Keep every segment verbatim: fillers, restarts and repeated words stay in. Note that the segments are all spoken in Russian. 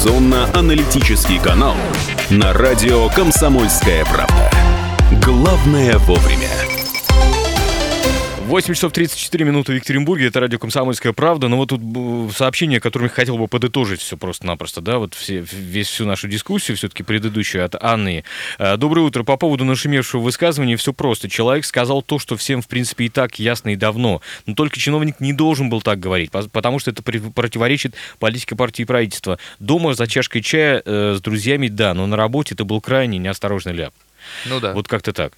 информационно-аналитический канал на радио «Комсомольская правда». Главное вовремя. восемь часов тридцать четыре минуты в Екатеринбурге, это радио «Комсомольская правда». Но вот тут сообщение, которым я хотел бы подытожить все просто-напросто, да, вот все, весь, всю нашу дискуссию, все-таки предыдущую от Анны. Доброе утро. По поводу нашумевшего высказывания все просто. Человек сказал то, что всем, в принципе, и так ясно и давно. Но только чиновник не должен был так говорить, потому что это противоречит политике партии и правительства. Дома за чашкой чая э, с друзьями, да, но на работе это был крайне неосторожный ляп. Ну да. Вот как-то так.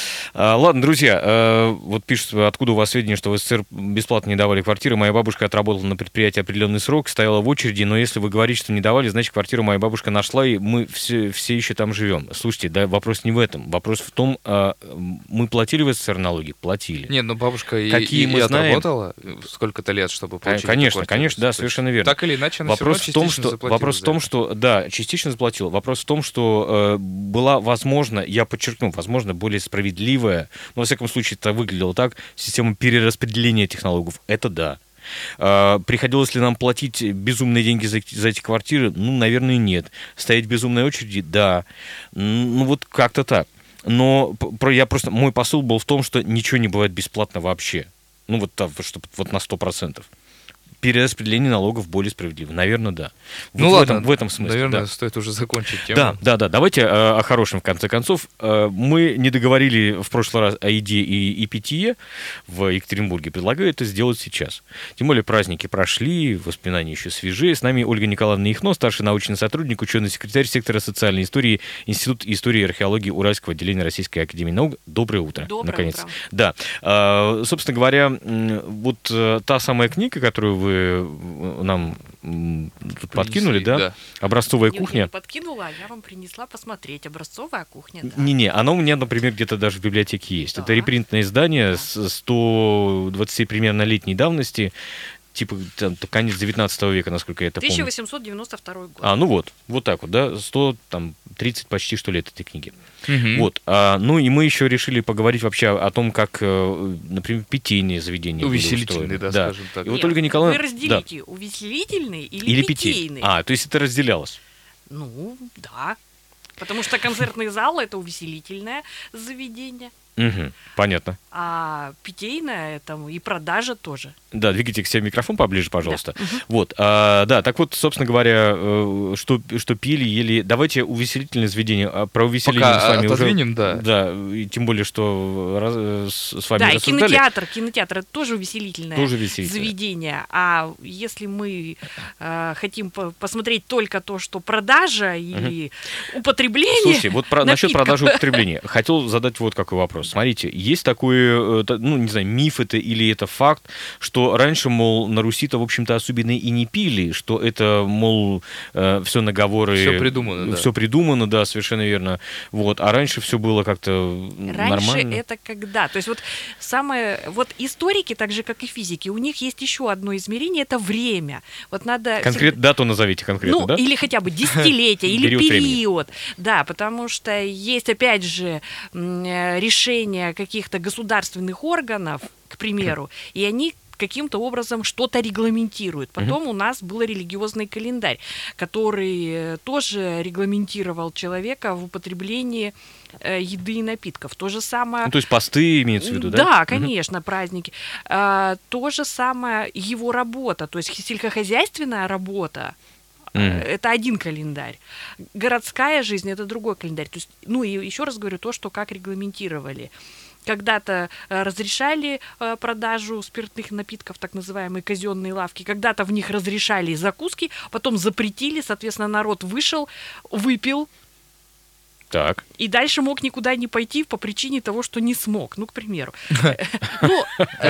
А, ладно, друзья, а, вот пишут, откуда у вас сведения, что в СССР бесплатно не давали квартиры. Моя бабушка отработала на предприятии определенный срок, стояла в очереди, но если вы говорите, что не давали, значит, квартиру моя бабушка нашла, и мы все, все еще там живем. Слушайте, да, вопрос не в этом. Вопрос в том, а, мы платили в СССР налоги? Платили. Нет, ну бабушка и, Какие и, мы и знаем... отработала сколько-то лет, чтобы получить Конечно, эту конечно, да, совершенно верно. Так или иначе, она вопрос все в том, равно что, частично заплатила. Вопрос в том, что, да, частично заплатила. Вопрос в том, что э, была возможна, я подчеркну, возможно, более справедливая, но, во всяком случае, это выглядело так, система перераспределения этих налогов. Это да. Э, приходилось ли нам платить безумные деньги за, за эти квартиры? Ну, наверное, нет. Стоять в безумной очереди? Да. Ну, вот как-то так. Но про, я просто, мой посыл был в том, что ничего не бывает бесплатно вообще. Ну, вот, чтобы вот на сто процентов. Перераспределение налогов более справедливо. Наверное, да. Вот ну в ладно, этом, в этом смысле. Наверное, да. стоит уже закончить тему. Да, да, да. Давайте э, о хорошем, в конце концов. Э, мы не договорили в прошлый раз о еде и, и питье в Екатеринбурге. Предлагаю это сделать сейчас. Тем более праздники прошли, воспоминания еще свежие. С нами Ольга Николаевна Ихно, старший научный сотрудник, ученый секретарь сектора социальной истории, Институт истории и археологии Уральского отделения Российской академии наук. Доброе утро. Доброе наконец. утро. Да. Э, собственно говоря, вот э, та самая книга, которую вы нам тут подкинули, да? да? Образцовая Я кухня. не подкинула, а я вам принесла посмотреть. Образцовая кухня, да. Не-не, оно у меня, например, где-то даже в библиотеке есть. Да. Это репринтное издание Да. с сто двадцать примерно летней давности, типа там, конец девятнадцатого века, насколько я это помню. тысяча восемьсот девяносто второй год. А, ну вот, вот так вот, да, сто тридцать почти что лет этой книги. Угу. Вот, а, ну и мы еще решили поговорить вообще о том, как, например, питейные заведения были Увеселительные, устроены. да, да, скажем так. И вот Нет, Ольга Николаевна... Вы разделите, да. увеселительный или, Или питейный. питейный. А, то есть это разделялось. Ну, да. Потому что концертный зал — это увеселительное заведение, Угу, понятно. а питейное — это и продажа тоже. Да, двигайте к себе микрофон поближе, пожалуйста. Да. Вот, а, да, так вот, собственно говоря, что, что пили, ели. Давайте увеселительное заведение. А про увеселение Пока мы с вами отодвинем, уже... да. Да, и тем более, что раз, с, с вами Да, и рассуждали. кинотеатр, кинотеатр — это тоже увеселительное Тоже увеселительное. заведение. А если мы э, хотим по- посмотреть только то, что продажа или угу. употребление Слушайте, вот про, насчет напитков. продажи и употребления. Хотел задать вот какой вопрос. Смотрите, есть такой, ну, не знаю, миф это или это факт, что раньше, мол, на Руси-то, в общем-то, особенно и не пили, что это, мол, э, все наговоры... Все придумано, да. Все придумано, да, совершенно верно. Вот. А раньше все было как-то Раньше нормально. это когда? То есть вот самое... Вот историки, так же, как и физики, у них есть еще одно измерение — это время. Вот надо... Конкретно дату назовите конкретно, ну, да? или хотя бы десятилетие, или Период времени. период. Да, потому что есть, опять же, м, э, решения каких-то государственных органов, к примеру, и они каким-то образом что-то регламентируют. Потом у нас был религиозный календарь, который э, тоже регламентировал человека в употреблении э, еды и напитков. То же самое... Ну, то есть посты имеется в виду, да? Да, конечно, праздники. А, то же самое его работа, то есть сельскохозяйственная работа. Mm. Это один календарь. Городская жизнь — это другой календарь. То есть, ну и еще раз говорю, то, что как регламентировали. Когда-то э, разрешали э, продажу спиртных напитков, так называемые казенные лавки, когда-то в них разрешали закуски, потом запретили, соответственно, народ вышел, выпил, Так. и дальше мог никуда не пойти по причине того, что не смог, ну, к примеру. Ну,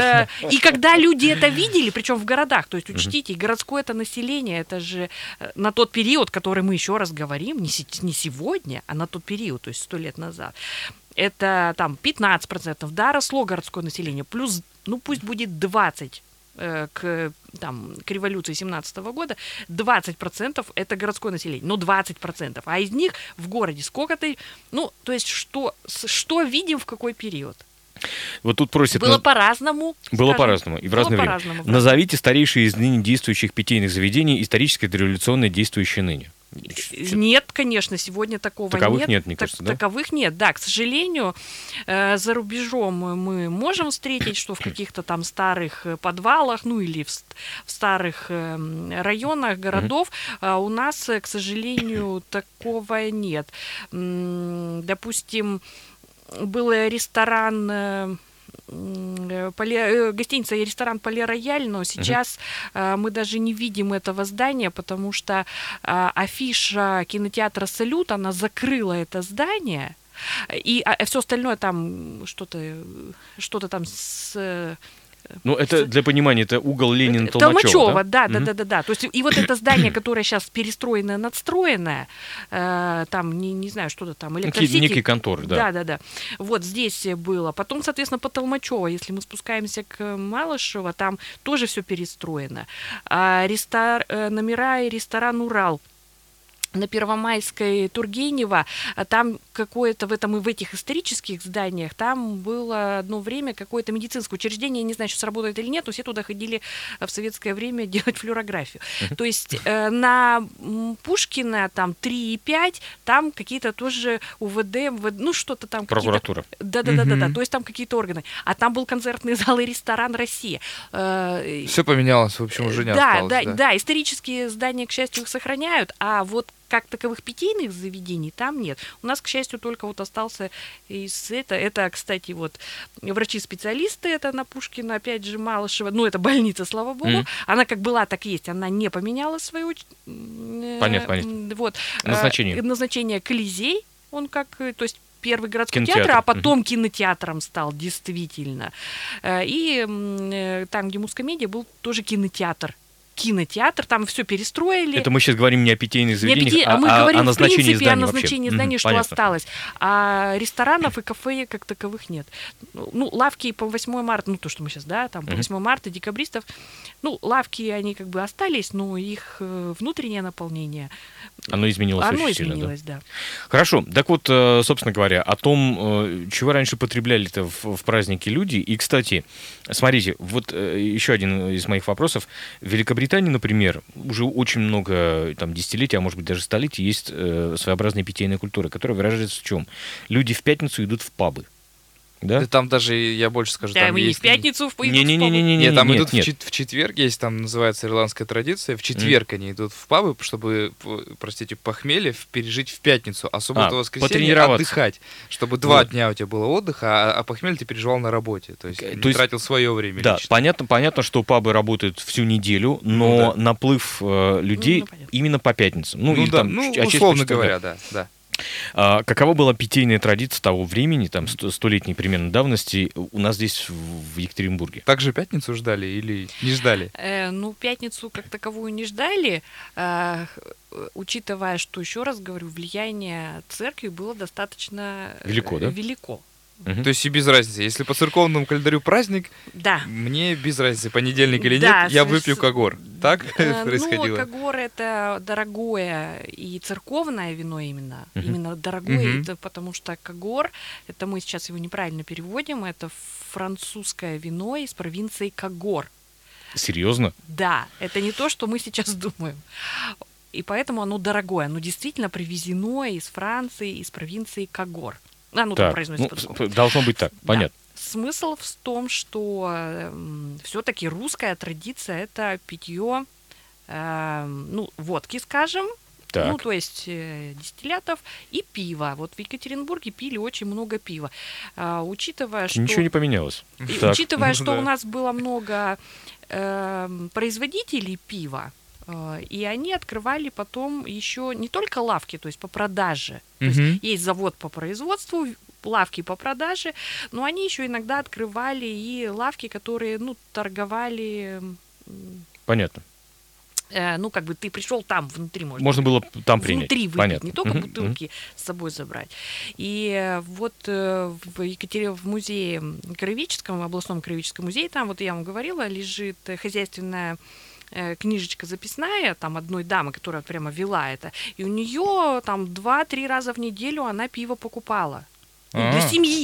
и когда люди это видели, причем в городах, то есть учтите, городское это население, это же на тот период, который мы еще раз говорим, не сегодня, а на тот период, то есть сто лет назад, это там пятнадцать процентов, да, росло городское население, плюс, ну, пусть будет двадцать к, там, к революции семнадцатого года, двадцать процентов это городское население, ну, двадцать процентов, а из них в городе сколько-то, ну, то есть что, что видим в какой период? Вот тут просят... Было на... по-разному. Было скажем. по-разному. И в Было разное время. по-разному. Назовите старейшие из ныне действующих питейных заведеий и историческое дореволюционное действующее ныне. Нет, конечно, сегодня такого Таковых нет. нет, мне Так- кажется, да? Таковых нет, да. К сожалению, э, за рубежом мы можем встретить, что в каких-то там старых э, подвалах, ну или в, ст- в старых э, районах городов э, у нас, э, к сожалению, такого нет. М, Допустим, был ресторан... э, м, Поле- э, гостиница и ресторан Пале Рояль, но сейчас э, мы даже не видим этого здания, потому что э, афиша кинотеатра «Салют», она закрыла это здание, и все остальное там что-то, э, что-то там с... э, Ну, это для понимания, это угол Ленина-Толмачева, Толмачева, да, да, Мгм. да, да, да. То есть и вот это здание, которое сейчас перестроенное, надстроенное, э, там не, не знаю, что-то там, Некие, электросити. некие конторы, да. Да, да, да. Вот здесь было. Потом, соответственно, по Толмачева, если мы спускаемся к Малышево, там тоже все перестроено. А рестор... э, номера и ресторан «Урал» на Первомайской, Тургенева, а там какое-то в этом и в этих исторических зданиях, там было одно время какое-то медицинское учреждение, я не знаю, сейчас работает или нет, но все туда ходили в советское время делать флюорографию. То есть э, на м, Пушкина там три и пять, там какие-то тоже УВД, МВД, ну что-то там. какие-то- Прокуратура. Да-да-да-да, Мгм. то есть там какие-то органы. А там был концертный зал и ресторан «Россия». Э, Все поменялось, в общем, уже не да, осталось. да, да. да, исторические здания, к счастью, их сохраняют, а вот как таковых питейных заведений там нет. У нас, к счастью, только вот остался из это, это, кстати, вот врачи-специалисты, это на Пушкина, опять же, Малышева, ну, это больница, слава богу, Мгм. она как была, так и есть, она не поменяла свою... э, Понятно, понятно. м, Вот. э, Назначение. Назначение Колизей, он как, э, то есть первый городской Кинотеатр. театр, а потом кинотеатром стал, действительно. Э, И м, э, там, где Мускомедия, был тоже кинотеатр. Кинотеатр, там все перестроили. Это мы сейчас говорим не о питейных Не заведениях, аппетит, а, а мы о- говорим, о назначении в принципе, зданий о вообще. назначении Мгм, зданий, что понятно. осталось. А ресторанов и кафе как таковых нет. Ну, лавки по восьмое марта, ну, то, что мы сейчас, да, там, по Мгм. восьмое марта, декабристов, ну, лавки, они как бы остались, но их э, внутреннее наполнение, Оно изменилось оно очень сильно, да. изменилось, да. Хорошо, так вот, э, собственно говоря, о том, э, чего раньше потребляли-то в, в праздники люди. И, кстати, смотрите, вот э, еще один из моих вопросов. В Великобритании, например, уже очень много там, десятилетий, а может быть даже столетий, есть э, своеобразная питейная культура, которая выражается в чем? Люди в пятницу идут в пабы. Да? Да там даже, я больше скажу, Да, там мы не есть... в пятницу в идут в Не-не-не-не-не. Нет, там нет, идут нет. В, чет- в четверг, есть там называется ирландская традиция, в четверг они идут в пабы, чтобы, п- простите, похмелье в- пережить в пятницу, а субботу А, воскресенье потренироваться. отдыхать, чтобы два Вот. дня у тебя было отдыха, а, а похмелье ты переживал на работе, то есть То не есть- тратил свое время Да, лично. понятно, понятно, что пабы работают всю неделю, но Ну да. наплыв э, людей Ну, понятно. именно по пятницам. Ну, Ну, или да, там, ну а чаще условно по четвергам. говоря, да, да. А какова была питейная традиция того времени, там, сто- столетней примерно давности, у нас здесь, в в Екатеринбурге? Также пятницу ждали или не ждали? Э, ну, пятницу как таковую не ждали, э, х- учитывая, что, еще раз говорю, влияние церкви было достаточно э, Велико, да? велико. Мгм. То есть и без разницы. Если по церковному календарю праздник, Да. мне без разницы, понедельник или Да, нет, я соверш- выпью когор. Так Э, происходило? Ну, Когор это дорогое и церковное вино именно. Мгм. Именно дорогое, Мгм. это потому что Когор, это мы сейчас его неправильно переводим, это французское вино из провинции Когор. Серьезно? Да, это не то, что мы сейчас думаем. И поэтому оно дорогое. Оно действительно привезено из Франции, из провинции Когор. А, ну, там Так, произносится ну, по-другому. с- должно быть так, Да. понятно. Смысл в том, что все-таки русская традиция это питье, э, ну, водки, скажем, Так. ну, то есть э, дистиллятов и пива. Вот в Екатеринбурге пили очень много пива. А, учитывая, что... Ничего не поменялось. И Так. учитывая, Ну что да. у нас было много эм, производителей пива, э, и они открывали потом еще не только лавки, то есть по продаже. То есть Мгм. есть завод по производству, лавки по продаже, но они еще иногда открывали и лавки, которые, ну, торговали, м, Понятно. э, ну, как бы ты пришел там внутри, можно Можно было там принять. внутри выпить, Понятно. не только Мгм, мгм. бутылки с собой забрать. И э, вот э, в Екатерин... в музее краеведческом, в областном краеведческом музее, там, вот я вам говорила, лежит э, хозяйственная э, книжечка записная, там, одной дамы, которая прямо вела это, и у нее там два-три раза в неделю она пиво покупала. Ну, для А. семьи.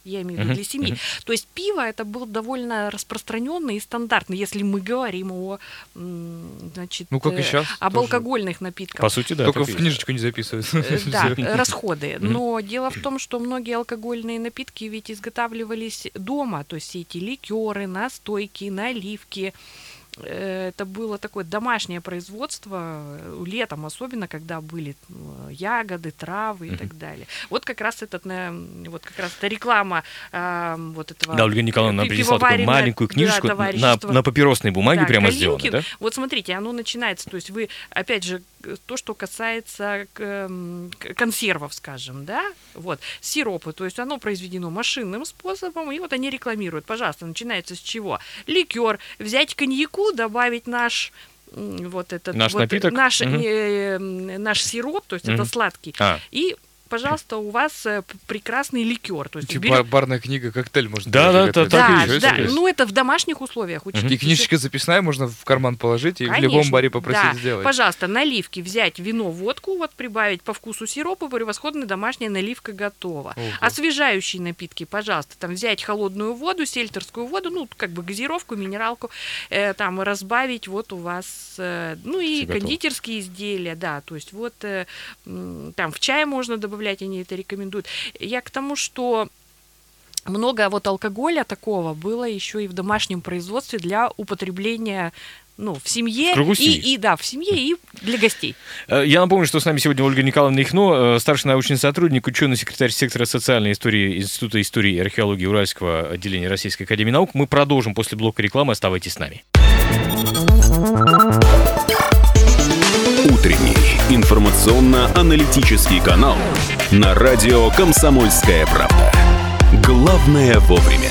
я имею в виду для семьи. То есть пиво это был довольно распространенный и стандартный, если мы говорим о, значит, ну, как и сейчас, об тоже. алкогольных напитках. По сути, да. Только в книжечку не записываются. Да, расходы. Но дело в том, что многие алкогольные напитки ведь изготавливались дома, то есть все эти ликеры, настойки, наливки. Это было такое домашнее производство, летом особенно, когда были ягоды, травы и mm-hmm. так далее. Вот как раз этот, вот как раз эта реклама э, вот этого. Да, Ольга Николаевна нам принесла такую маленькую книжечку, да, на, на папиросной бумаге, да, прямо сделано, да? Вот смотрите, оно начинается, то есть вы, опять же, то, что касается консервов, скажем, да, вот, сиропы, то есть оно произведено машинным способом, и вот они рекламируют, пожалуйста, начинается с чего? Ликер, взять коньяку, добавить наш вот этот наш вот, напиток, наш, угу. э, наш сироп, то есть угу. это сладкий, а. и пожалуйста, у вас прекрасный ликер. То есть типа берем... барная книга, коктейль можно. Да, да, да, да, да. Ну это в домашних условиях. Uh-huh. И книжечка записная можно в карман положить и Конечно, в любом баре попросить да. сделать. Пожалуйста, наливки взять, вино, водку, вот прибавить по вкусу сиропа, превосходная домашняя наливка готова. Uh-huh. Освежающие напитки, пожалуйста, там взять холодную воду, сельтерскую воду, ну как бы газировку, минералку, э, там разбавить, вот у вас, э, ну и Все кондитерские готово. Изделия, да, то есть вот э, там в чай можно добавить, они это рекомендуют. Я к тому, что много вот алкоголя такого было еще и в домашнем производстве для употребления, ну, в семье, в и, и да, в семье и для гостей. Я напомню, что с нами сегодня Ольга Николаевна Ихно, старший научный сотрудник, ученый секретарь сектора социальной истории Института истории и археологии Уральского отделения Российской академии наук. Мы продолжим после блока рекламы. Оставайтесь с нами. Утренний информационно-аналитический канал на радио «Комсомольская правда». Главное вовремя.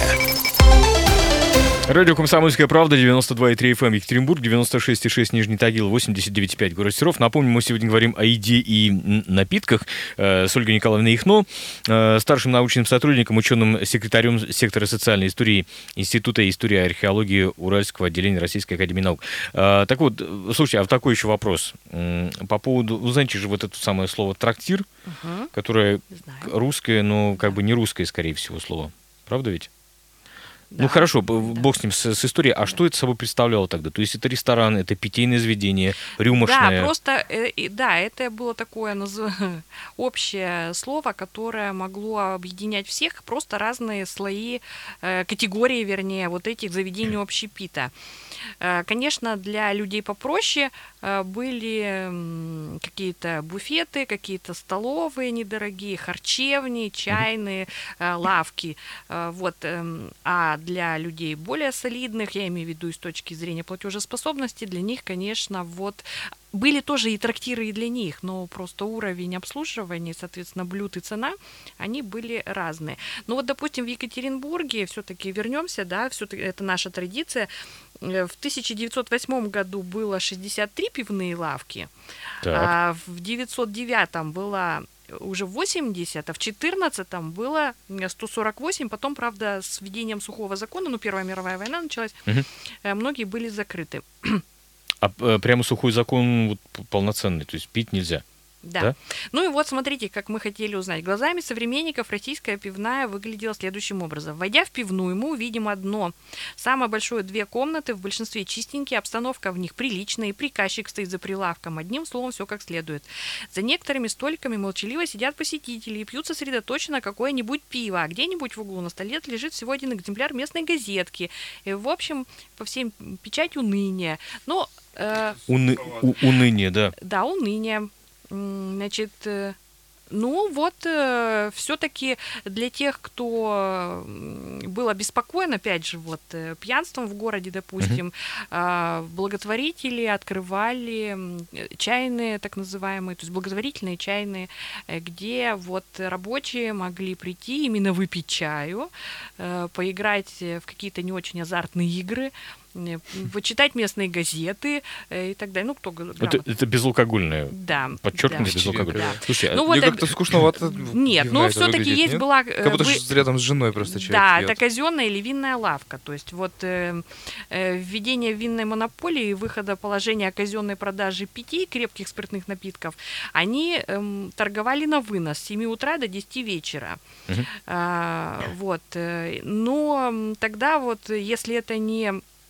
Радио «Комсомольская правда», девяносто два и три эф эм Екатеринбург, девяносто шесть и шесть Нижний Тагил, восемьдесят девять и пять город Серов. Напомню, мы сегодня говорим о еде и напитках э, с Ольгой Николаевной Ихно, э, старшим научным сотрудником, ученым-секретарем сектора социальной истории Института истории и археологии Уральского отделения Российской академии наук. Э, так вот, слушайте, а вот такой еще вопрос. Э, по поводу, вы знаете же вот это самое слово «трактир», угу. которое Знаю. русское, но как бы не русское, скорее всего, слово. Правда ведь? Да. Ну хорошо, бог с ним, с, с историей. А что это собой представляло тогда? То есть это ресторан, это питейное заведение, рюмочное? Да, просто, э, да, это было такое назв... общее слово, которое могло объединять всех, просто разные слои, э, категории, вернее, вот этих заведений общепита. Э, конечно, для людей попроще э, были э, какие-то буфеты, какие-то столовые недорогие, харчевни, чайные, э, лавки, э, вот, э, а для людей более солидных, я имею в виду и с точки зрения платежеспособности, для них, конечно, вот были тоже и трактиры и для них, но просто уровень обслуживания, соответственно, блюд и цена, они были разные. Ну вот, допустим, в Екатеринбурге, все-таки вернемся, да, все-таки это наша традиция, в тысяча девятьсот восьмом году было шестьдесят три пивные лавки, так. а в девятьсот девятом была уже восемьдесят, а в четырнадцатом было сто сорок восемь, потом, правда, с введением сухого закона, ну, Первая мировая война началась, угу. многие были закрыты. А прямо сухой закон вот, полноценный, то есть пить нельзя? Да. да. Ну и вот смотрите, как мы хотели узнать. Глазами современников российская пивная выглядела следующим образом. Войдя в пивную, мы увидим одно. Самое большое две комнаты, в большинстве чистенькие, обстановка в них приличная, и приказчик стоит за прилавком. Одним словом, все как следует. За некоторыми столиками молчаливо сидят посетители и пьют сосредоточенно какое-нибудь пиво. А где-нибудь в углу на столе лежит всего один экземпляр местной газетки. И, в общем, по всем печать уныния. Но... Э, Уны... У- уныние, да. Да, уныние. Значит, ну вот, все-таки для тех, кто был обеспокоен, опять же, вот пьянством в городе, допустим, mm-hmm. благотворители открывали чайные, так называемые, то есть благотворительные чайные, где вот рабочие могли прийти, именно выпить чаю, поиграть в какие-то не очень азартные игры. э, почитать местные газеты э, и так далее. Ну, кто г- Это, грамотно. это безалкогольное. Да. Подчеркнуто да. безалкогольное. Да. Слушай, Ну, а вот Мне это- как-то скучновато. Нет, дневная но это все-таки выглядит, есть нет? была... э, Как будто вы- ж рядом с женой просто человек Да, пьет. это казенная или винная лавка. То есть вот э, э, введение винной монополии и выхода положения о казенной продаже пяти крепких спиртных напитков, они эм, торговали на вынос с семи утра до десяти вечера. Мгм. А, вот. э, Но м, тогда вот, э, если это не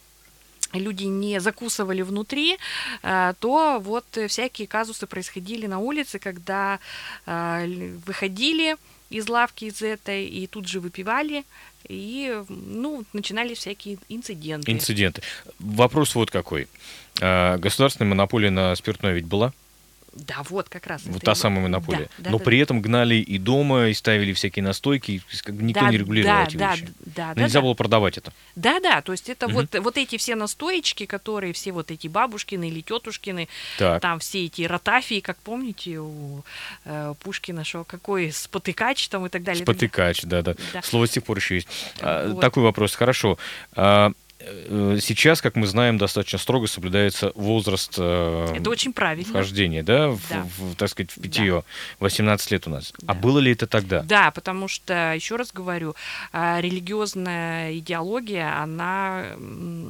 люди не закусывали внутри, а, то вот э, всякие казусы происходили на улице, когда а, л- выходили из лавки из этой и тут же выпивали, и ну, начинались всякие инциденты. инциденты. Вопрос вот какой. А, Государственная монополия на спиртное ведь была? Да, вот как раз. Вот это та и- самая монополия. Да, да, Но да, при этом гнали и дома, и ставили всякие настойки, и как бы никто да, не регулировал да, эти да, вещи. да, Но да, нельзя да. было продавать это. Да, да, то есть это Мгм. вот, вот эти все настоечки, которые все вот эти бабушкины или тетушкины, Так. там все эти ротафии, как помните, у э, Пушкина, что какой спотыкач там и так далее. и так далее. Спотыкач, да-да. Да. Слово с тех пор еще есть. А, Вот. Такой вопрос. Хорошо. А, э, Сейчас, как мы знаем, достаточно строго соблюдается возраст э, Это очень правильно. вхождения, да, в, Да. в, так сказать, в питье. восемнадцать лет у нас. А Да. было ли это тогда? Да, потому что, еще раз говорю, а, религиозная идеология, она м,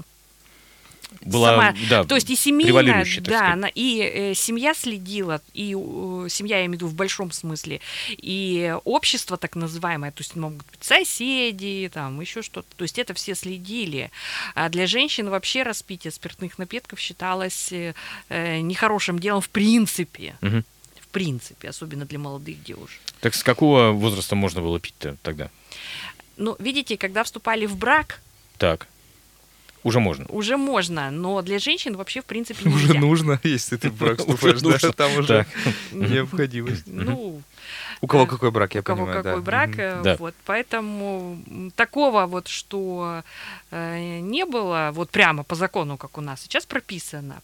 Была, сама- да, то есть и семейная, превалирующая, так да, сказать. она, и э, семья следила, и э, семья, я имею в виду в большом смысле, и общество так называемое, то есть могут быть соседи, там еще что-то, то есть это все следили. А для женщин вообще распитие спиртных напитков считалось э, э, нехорошим делом в принципе. Мгм. В принципе, особенно для молодых девушек. Так с какого возраста можно было пить-то тогда? Ну, видите, когда вступали в брак, Так. Уже можно. уже можно, но для женщин вообще в принципе Уже нельзя. нужно, если ты в брак Уже вступаешь, да, нужно. там уже Так. необходимость. Ну, У кого э, какой брак, я у кого понимаю, да. какой брак, Мгм. э, Да. вот, поэтому м, такого вот, что э, не было, вот прямо по закону, как у нас сейчас прописано.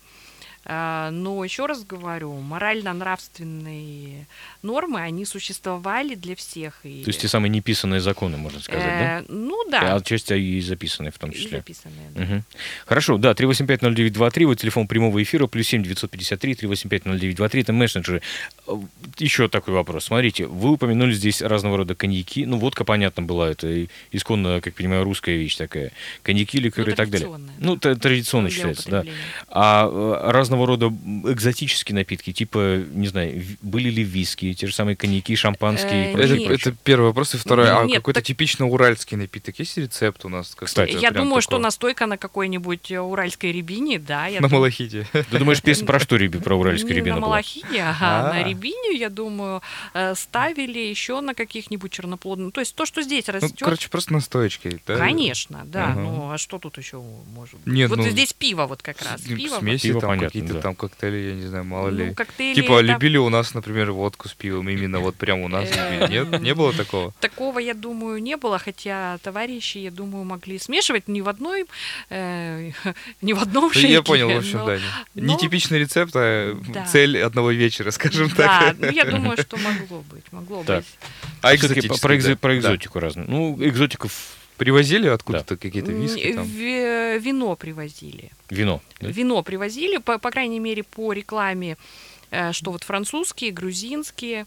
А, Но еще раз говорю, морально-нравственные нормы, они существовали для всех. И, То есть те самые неписанные законы, можно сказать, да? э, Ну А да, отчасти и записанные в том и числе. записанные. да. Мгм. Хорошо, да, три восемь пять ноль девять два три, вот телефон прямого эфира, плюс семь девятьсот пятьдесят три три восемь пять ноль девять два три, это мессенджеры. Э, Еще такой вопрос. Смотрите, вы упомянули здесь разного рода коньяки. Ну, водка, понятно, была, это и исконно, как понимаю, русская вещь такая. Коньяки, ликеры Ну, и так далее. традиционная, Ну, т- традиционно для считается, да. употребления. А э, разного рода экзотические напитки, типа, не знаю, ви- были ли виски, те же самые коньяки, шампанские и Э, прочее, Это, прочее? это первый вопрос. И второй, а Нет, какой-то так- типично уральский напиток? Есть рецепт у нас? какой-то Кстати, Я прям думаю, что такой? настойка на какой-нибудь э, уральской рябине, да. Я На думаю, малахите. Ты думаешь, песня про что, Риби, про уральский не рябина на была? малахите, ага, А. на рябине, я думаю, э, ставили еще на каких-нибудь черноплодных. То есть то, что здесь Ну, растет. короче, просто настоечки, да? Конечно, да. Ага. Ну, а что тут еще может быть? Нет, вот ну, здесь пиво вот как раз. С- Пиво. Смеси, Пиво, там понятно, какие-то да. там коктейли, я не знаю, мало Ну, ли. коктейли Типа, там- любили у нас, например, водку с пивом, именно вот прямо у нас любили. Нет? Не было такого? Такого, я думаю, не было, хотя товарищи, я думаю, могли смешивать не в одной, э, не в одном Ну, шейке. я понял, в общем, но- да. не- но- Нетипичный рецепт, а Да. цель одного вечера, скажем Да, так. ну я думаю, что могло быть, могло Так. быть. А Всё-таки экзотический, про, экзо- да. про Да. экзотику разную. Ну, экзотиков Привозили откуда-то какие-то виски М, там? ви- Вино привозили. вино. да? Вино привозили, по, по крайней мере, по рекламе, э, что вот французские, грузинские,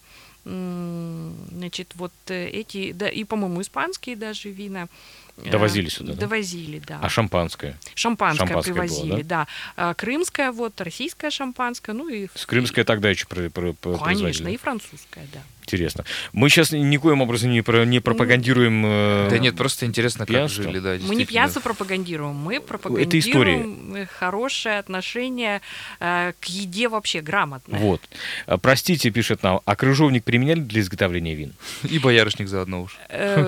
м, значит, вот э, эти, да, и, по-моему, испанские даже вина. э, Довозили сюда, да? Довозили, да. А шампанское? Шампанское, шампанское было, привозили, да. А, крымское, вот, российское шампанское, ну и... С крымское тогда еще про, про- про- Конечно, производили. и французское, да. Интересно. Мы сейчас никоим образом не, про, не пропагандируем... э, Да нет, просто интересно, как пьянство. жили, да, Мы не действительно. пьянство пропагандируем, мы история. пропагандируем э, хорошее отношение э, к еде вообще грамотное. Вот. А, Простите, пишет нам, а крыжовник применяли для изготовления вин? И боярышник заодно уж.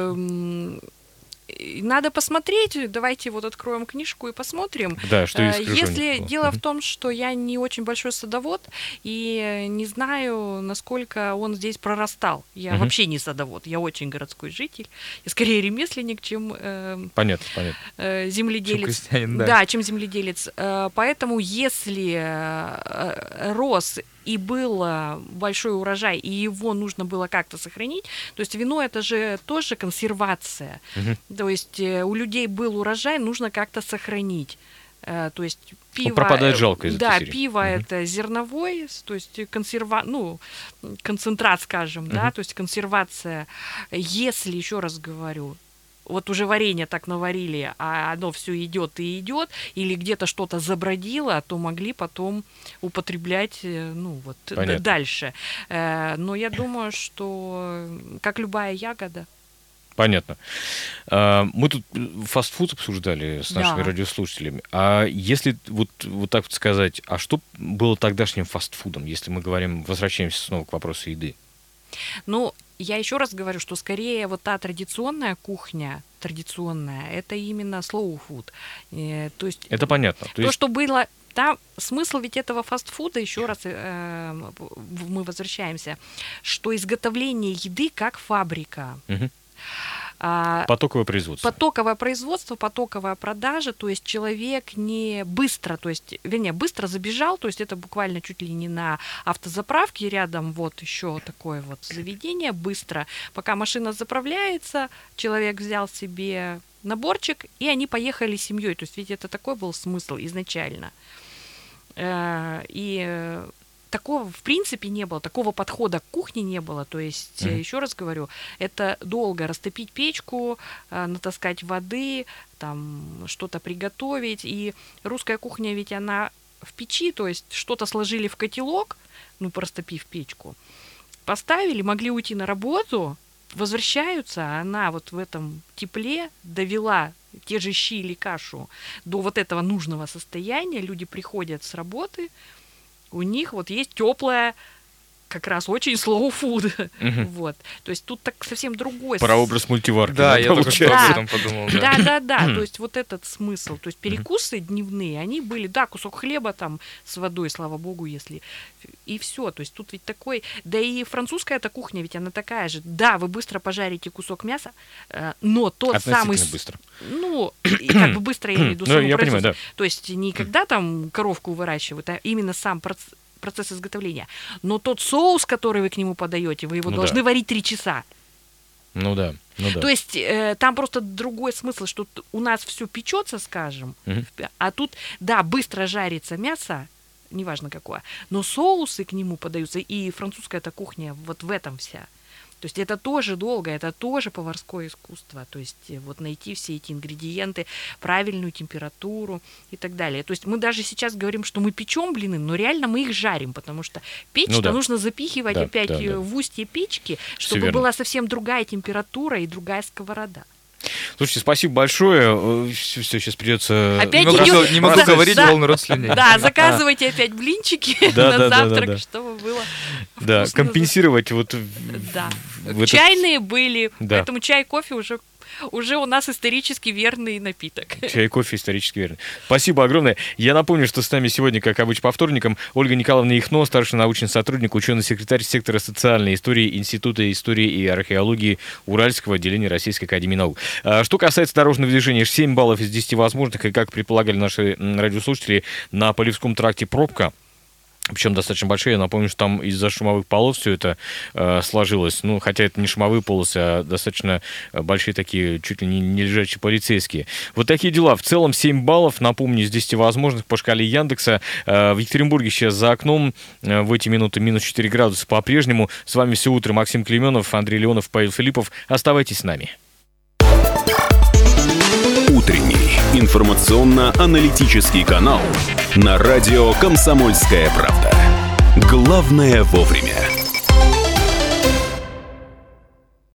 Эм, и Надо посмотреть, давайте вот откроем книжку и посмотрим. Да, что из Э, крыжовника Если было. дело в Мгм. том, что я не очень большой садовод и не знаю, насколько он здесь прорастал. Я Мгм. вообще не садовод, я очень городской житель. Я скорее ремесленник, чем э, Понятно, понятно. э, Чем земледелец. крестьянин, да. Да, чем земледелец. Э, Поэтому если э, э, рос и был э, большой урожай, и его нужно было как-то сохранить, то есть вино это же тоже консервация. Мгм. То есть э, у людей был урожай, нужно как-то сохранить. Э, то есть пиво... Ну, пропадает жалко из Да, этой серии. пиво Мгм. это зерновой, то есть консерва... ну, концентрат, скажем, Мгм. да, то есть консервация. Если, еще раз говорю, вот уже варенье так наварили, а оно все идет и идет, или где-то что-то забродило, то могли потом употреблять, э, ну вот д- Понятно. дальше. Э, Но я думаю, что как любая ягода. Понятно. А, Мы тут э, фастфуд обсуждали с нашими Да. радиослушателями. А если вот, вот так вот сказать, а что было тогдашним фастфудом, если мы говорим, возвращаемся снова к вопросу еды? Ну, я еще раз говорю, что скорее вот та традиционная кухня, традиционная, это именно slow food. Э, То есть Это понятно. То то, есть, что было там, смысл ведь этого фастфуда, еще раз э, в- мы возвращаемся, что изготовление еды как фабрика. мгм, А, потоковое производство. Потоковое производство, потоковая продажа, то есть человек не быстро, то есть, вернее, быстро забежал, то есть это буквально чуть ли не на автозаправке, рядом вот еще такое вот заведение, быстро, пока машина заправляется, человек взял себе наборчик, и они поехали с семьей, то есть ведь это такой был смысл изначально. Э, И э, такого, в принципе, не было, такого подхода к кухне не было. То есть, Мгм. еще раз говорю, это долго растопить печку, э, натаскать воды, там что-то приготовить. И русская кухня ведь она в печи, то есть что-то сложили в котелок, ну, простопив печку, поставили, могли уйти на работу, возвращаются, а она вот в этом тепле довела те же щи или кашу до вот этого нужного состояния, люди приходят с работы, у них вот есть теплая, как раз очень slow food. Мгм. Вот. То есть тут так совсем другой. Прообраз мультиварки. Да, я только что об Да. этом подумал. да. Да, да, да. То есть вот этот смысл. То есть перекусы дневные, они были, да, кусок хлеба там с водой, слава богу, если. И все. То есть тут ведь такой. Да и французская эта кухня, ведь она такая же. Да, вы быстро пожарите кусок мяса, э, но тот Относительно самый. с- быстро. Ну, и как бы быстро я имею в виду Ну, само я понимаю, производство. То есть не когда там коровку выращивают, а именно сам проц- процесс изготовления. Но тот соус, который вы к нему подаете, вы его Ну должны да. варить три часа. Ну да, ну да. То есть э, там просто другой смысл, что т- у нас все печется, скажем, Мгм. в пя- а тут, да, быстро жарится мясо, неважно какое, но соусы к нему подаются, и французская эта кухня вот в этом вся. То есть это тоже долго, это тоже поварское искусство. То есть э, вот найти все эти ингредиенты, правильную температуру и так далее. То есть мы даже сейчас говорим, что мы печем блины, но реально мы их жарим, потому что печь-то Ну да. нужно запихивать Да, опять да, э, да. в устье печки, Всё чтобы верно. была совсем другая температура и другая сковорода. Слушайте, спасибо большое. Все, сейчас придется... Опять Не могу, идёт- не могу Да, говорить, да. волны рот слюней. Да, заказывайте опять блинчики Да, на да, да, да, завтрак, да. чтобы было Да, вкусно. компенсировать вот... в- Да. в этот- Чайные были, Да. поэтому чай, кофе уже, уже у нас исторически верный напиток. Чай, кофе исторически верно. Спасибо огромное. Я напомню, что с нами сегодня, как обычно, по вторникам, Ольга Николаевна Ихно, старший научный сотрудник, ученый-секретарь сектора социальной истории Института истории и археологии Уральского отделения Российской академии наук. А, Что касается дорожного движения, семь баллов из десяти возможных, и, как предполагали наши м, радиослушатели, на Полевском тракте пробка. Причем достаточно большая. Я напомню, что там из-за шумовых полос все это э, сложилось. Ну, хотя это не шумовые полосы, а достаточно э, большие такие, чуть ли не, не лежачие полицейские. Вот такие дела. В целом семь баллов, напомню, из десяти возможных по шкале Яндекса. Э, в Екатеринбурге сейчас за окном э, в эти минуты минус четыре градуса по-прежнему. С вами все утро Максим Клейменов, Андрей Леонов, Павел Филиппов. Оставайтесь с нами. Утренний информационно-аналитический канал на радио «Комсомольская правда». Главное вовремя.